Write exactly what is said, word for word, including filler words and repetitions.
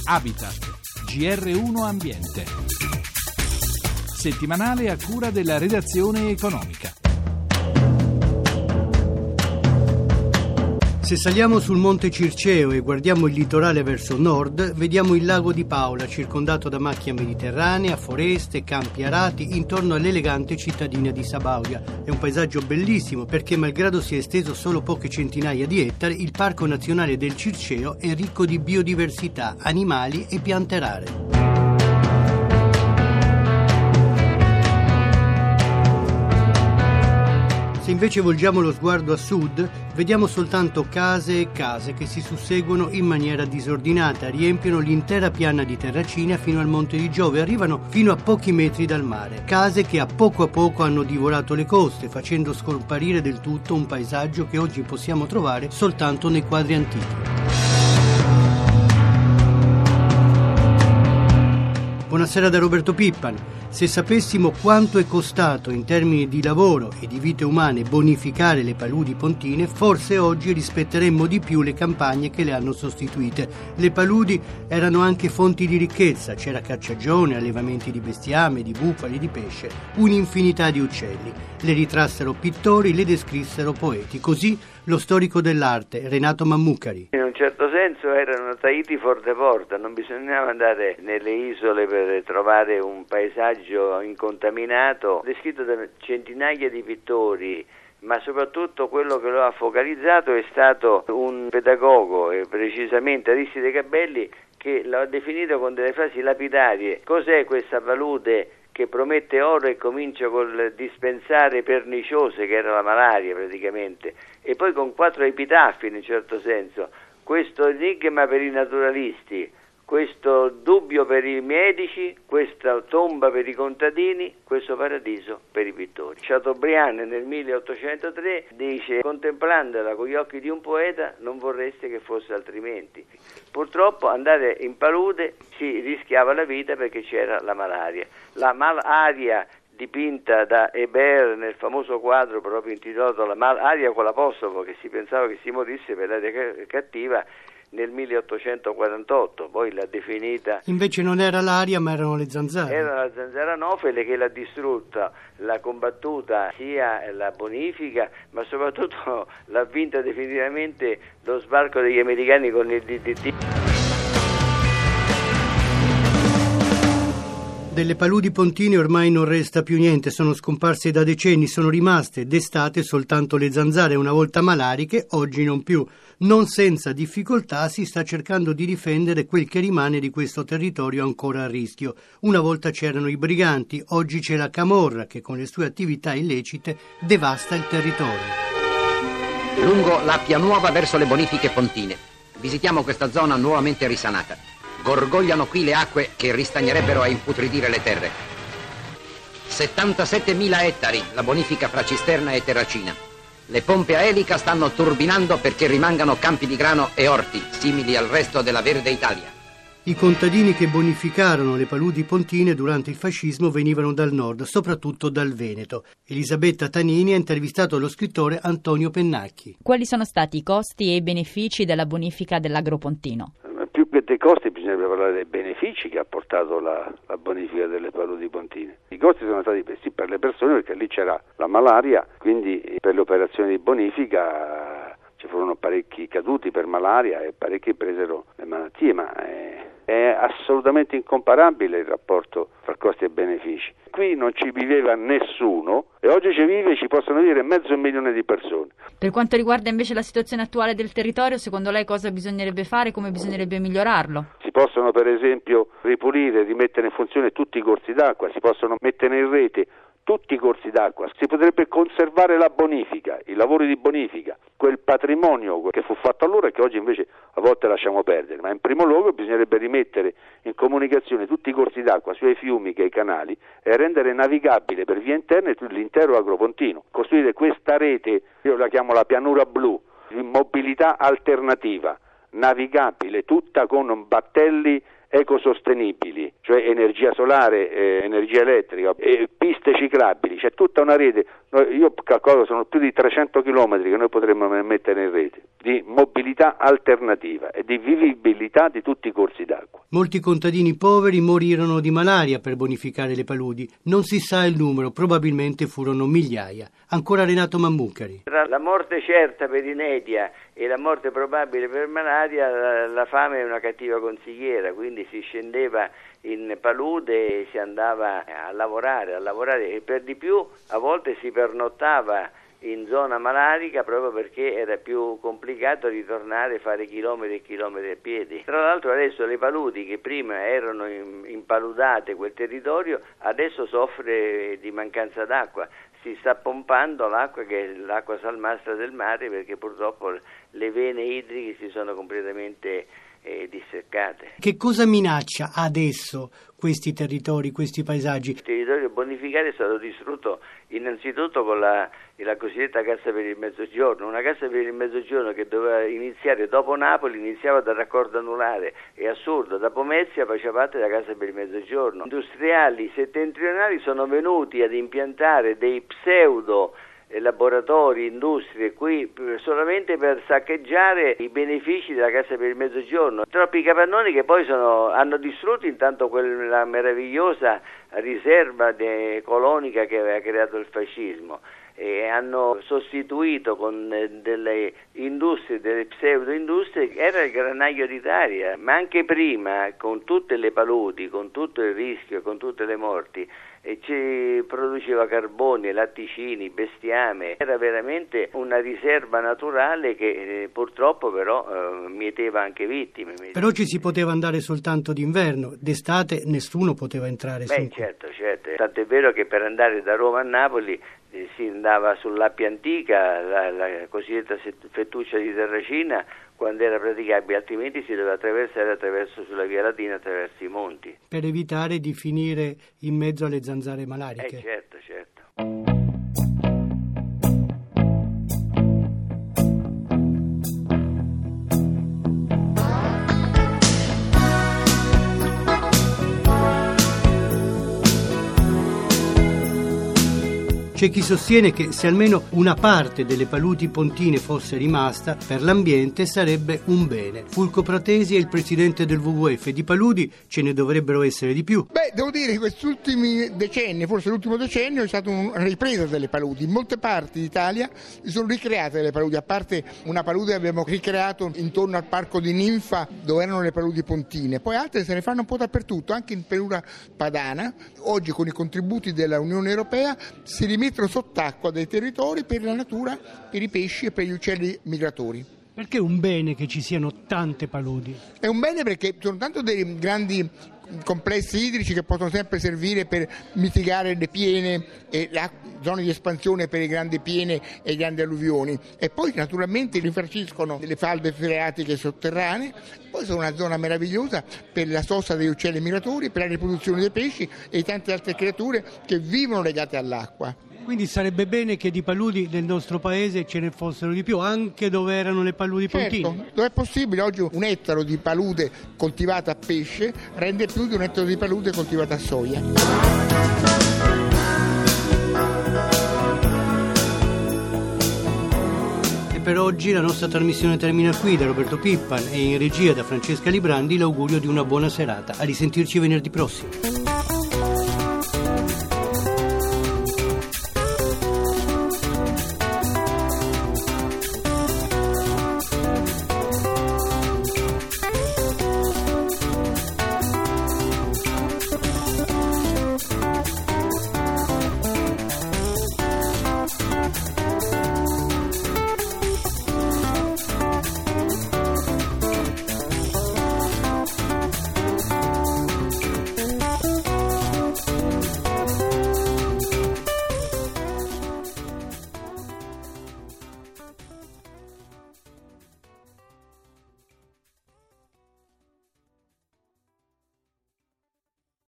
Habitat, G R uno Ambiente. Settimanale a cura della redazione economica. Se saliamo sul Monte Circeo e guardiamo il litorale verso nord, vediamo il lago di Paola, circondato da macchia mediterranea, foreste, campi arati, intorno all'elegante cittadina di Sabaudia. È un paesaggio bellissimo perché, malgrado sia esteso solo poche centinaia di ettari, il Parco Nazionale del Circeo è ricco di biodiversità, animali e piante rare. Se invece volgiamo lo sguardo a sud, vediamo soltanto case e case che si susseguono in maniera disordinata, riempiono l'intera piana di Terracina fino al Monte di Giove, arrivano fino a pochi metri dal mare. Case che a poco a poco hanno divorato le coste, facendo scomparire del tutto un paesaggio che oggi possiamo trovare soltanto nei quadri antichi. Buonasera da Roberto Pippan. Se sapessimo quanto è costato in termini di lavoro e di vite umane bonificare le paludi pontine, forse oggi rispetteremmo di più le campagne che le hanno sostituite. Le paludi erano anche fonti di ricchezza, c'era cacciagione, allevamenti di bestiame, di bufali, di pesce, un'infinità di uccelli. Le ritrassero pittori, le descrissero poeti. Così lo storico dell'arte, Renato Mammucari. In un certo senso erano Tahiti forte porta, non bisognava andare nelle isole per trovare un paesaggio incontaminato, descritto da centinaia di pittori, ma soprattutto quello che lo ha focalizzato è stato un pedagogo, e precisamente Aristide Gabelli, che lo ha definito con delle frasi lapidarie. Cos'è questa palude che promette oro e comincia col dispensare perniciose, che era la malaria praticamente, e poi con quattro epitaffi in un certo senso: questo enigma per i naturalisti, questo dubbio per i medici, questa tomba per i contadini, questo paradiso per i pittori. Chateaubriand nel milleottocentotre dice: contemplandola con gli occhi di un poeta non vorreste che fosse altrimenti. Purtroppo andare in palude si rischiava la vita perché c'era la malaria. La malaria dipinta da Hébert nel famoso quadro proprio intitolato La malaria con l'apostrofo, che si pensava che si morisse per l'aria cattiva, nel milleottocentoquarantotto, poi l'ha definita. Invece non era l'aria, ma erano le zanzare. Era la zanzara anofele che l'ha distrutta, l'ha combattuta sia la bonifica, ma soprattutto l'ha vinta definitivamente lo sbarco degli americani con il D D T. Delle paludi pontine ormai non resta più niente, sono scomparse da decenni, sono rimaste d'estate soltanto le zanzare, una volta malariche, oggi non più. Non senza difficoltà si sta cercando di difendere quel che rimane di questo territorio ancora a rischio. Una volta c'erano i briganti, oggi c'è la camorra che con le sue attività illecite devasta il territorio. Lungo l'Appia Nuova verso le bonifiche pontine. Visitiamo questa zona nuovamente risanata. Gorgogliano qui le acque che ristagnerebbero a imputridire le terre. settantasettemila ettari la bonifica fra Cisterna e Terracina. Le pompe a elica stanno turbinando perché rimangano campi di grano e orti, simili al resto della verde Italia. I contadini che bonificarono le paludi pontine durante il fascismo venivano dal nord, soprattutto dal Veneto. Elisabetta Tanini ha intervistato lo scrittore Antonio Pennacchi. Quali sono stati i costi e i benefici della bonifica dell'Agropontino? Più che dei costi bisognerebbe parlare dei benefici che ha portato la, la bonifica delle paludi pontine. I costi sono stati sì per le persone, perché lì c'era la malaria, quindi per le operazioni di bonifica ci furono parecchi caduti per malaria e parecchi presero le malattie, ma è, è assolutamente incomparabile il rapporto tra costi e benefici. Qui non ci viveva nessuno e oggi ci vive e ci possono vivere mezzo milione di persone. Per quanto riguarda invece la situazione attuale del territorio, secondo lei cosa bisognerebbe fare, come bisognerebbe migliorarlo? Si possono per esempio ripulire, rimettere in funzione tutti i corsi d'acqua, si possono mettere in rete tutti i corsi d'acqua, si potrebbe conservare la bonifica, i lavori di bonifica, quel patrimonio che fu fatto allora e che oggi invece a volte lasciamo perdere, ma in primo luogo bisognerebbe rimettere in comunicazione tutti i corsi d'acqua sia i fiumi che i canali e rendere navigabile per vie interne l'intero Agropontino, costruire questa rete, io la chiamo la pianura blu, di mobilità alternativa, navigabile, tutta con battelli ecosostenibili, cioè energia solare, eh, energia elettrica, e piste ciclabili. C'è tutta una rete Noi, io calcolo sono più di trecento chilometri che noi potremmo mettere in rete di mobilità alternativa e di vivibilità di tutti i corsi d'acqua. Molti contadini poveri morirono di malaria per bonificare le paludi. Non si sa il numero, probabilmente furono migliaia. Ancora Renato Mammucari. Tra la morte certa per inedia e la morte probabile per malaria, la, la fame è una cattiva consigliera, quindi si scendeva in palude e si andava a lavorare, a lavorare e per di più a volte si pernottava in zona malarica proprio perché era più complicato ritornare a fare chilometri e chilometri a piedi. Tra l'altro adesso le paludi che prima erano impaludate quel territorio adesso soffre di mancanza d'acqua. Si sta pompando l'acqua che è l'acqua salmastra del mare perché purtroppo le vene idriche si sono completamente eh, disseccate. Che cosa minaccia adesso questi territori, questi paesaggi? Il territorio bonificato è stato distrutto innanzitutto con la, la cosiddetta Cassa per il Mezzogiorno, una Cassa per il Mezzogiorno che doveva iniziare dopo Napoli, iniziava dal raccordo anulare, è assurdo, da Pomezia faceva parte della Cassa per il Mezzogiorno. Industriali settentrionali sono venuti ad impiantare dei pseudo laboratori, industrie qui solamente per saccheggiare i benefici della Cassa per il Mezzogiorno. Troppi capannoni che poi sono, hanno distrutto intanto quella meravigliosa riserva de, colonica che aveva creato il fascismo e hanno sostituito con delle industrie, delle pseudo-industrie, era il granaio d'Italia, ma anche prima con tutte le paludi, con tutto il rischio, con tutte le morti, e ci produceva carboni, latticini, bestiame, era veramente una riserva naturale che eh, purtroppo però eh, mieteva anche vittime. Però ci si poteva andare soltanto d'inverno, d'estate nessuno poteva entrare. Beh, certo, certo, tant'è vero che per andare da Roma a Napoli eh, si andava sull'Appia Antica, la, la cosiddetta fettuccia di Terracina, quando era praticabile, altrimenti si doveva attraversare attraverso sulla Via Latina, attraverso i monti. Per evitare di finire in mezzo alle zanzare malariche. Eh certo, certo. C'è chi sostiene che se almeno una parte delle paludi pontine fosse rimasta, per l'ambiente sarebbe un bene. Fulco Pratesi è il presidente del W W F. Di paludi ce ne dovrebbero essere di più. Beh, devo dire che questi ultimi decenni, forse l'ultimo decennio, è stata una ripresa delle paludi. In molte parti d'Italia si sono ricreate delle paludi, a parte una palude che abbiamo ricreato intorno al parco di Ninfa dove erano le paludi pontine, poi altre se ne fanno un po' dappertutto, anche in pianura padana. Oggi con i contributi della Unione Europea si rimettono sott'acqua dei territori per la natura, per i pesci e per gli uccelli migratori. Perché è un bene che ci siano tante paludi? È un bene perché sono tanto dei grandi complessi idrici che possono sempre servire per mitigare le piene e le zone di espansione per le grandi piene e le grandi alluvioni, e poi naturalmente rinfrancescono le falde freatiche sotterranee, poi sono una zona meravigliosa per la sosta degli uccelli migratori, per la riproduzione dei pesci e di tante altre creature che vivono legate all'acqua. Quindi sarebbe bene che di paludi nel nostro paese ce ne fossero di più, anche dove erano le paludi pontine. Certo, dove è possibile. Oggi un ettaro di palude coltivata a pesce rende più di un ettaro di palude coltivata a soia. E per oggi la nostra trasmissione termina qui. Da Roberto Pippan e in regia da Francesca Librandi l'augurio di una buona serata. A risentirci venerdì prossimo.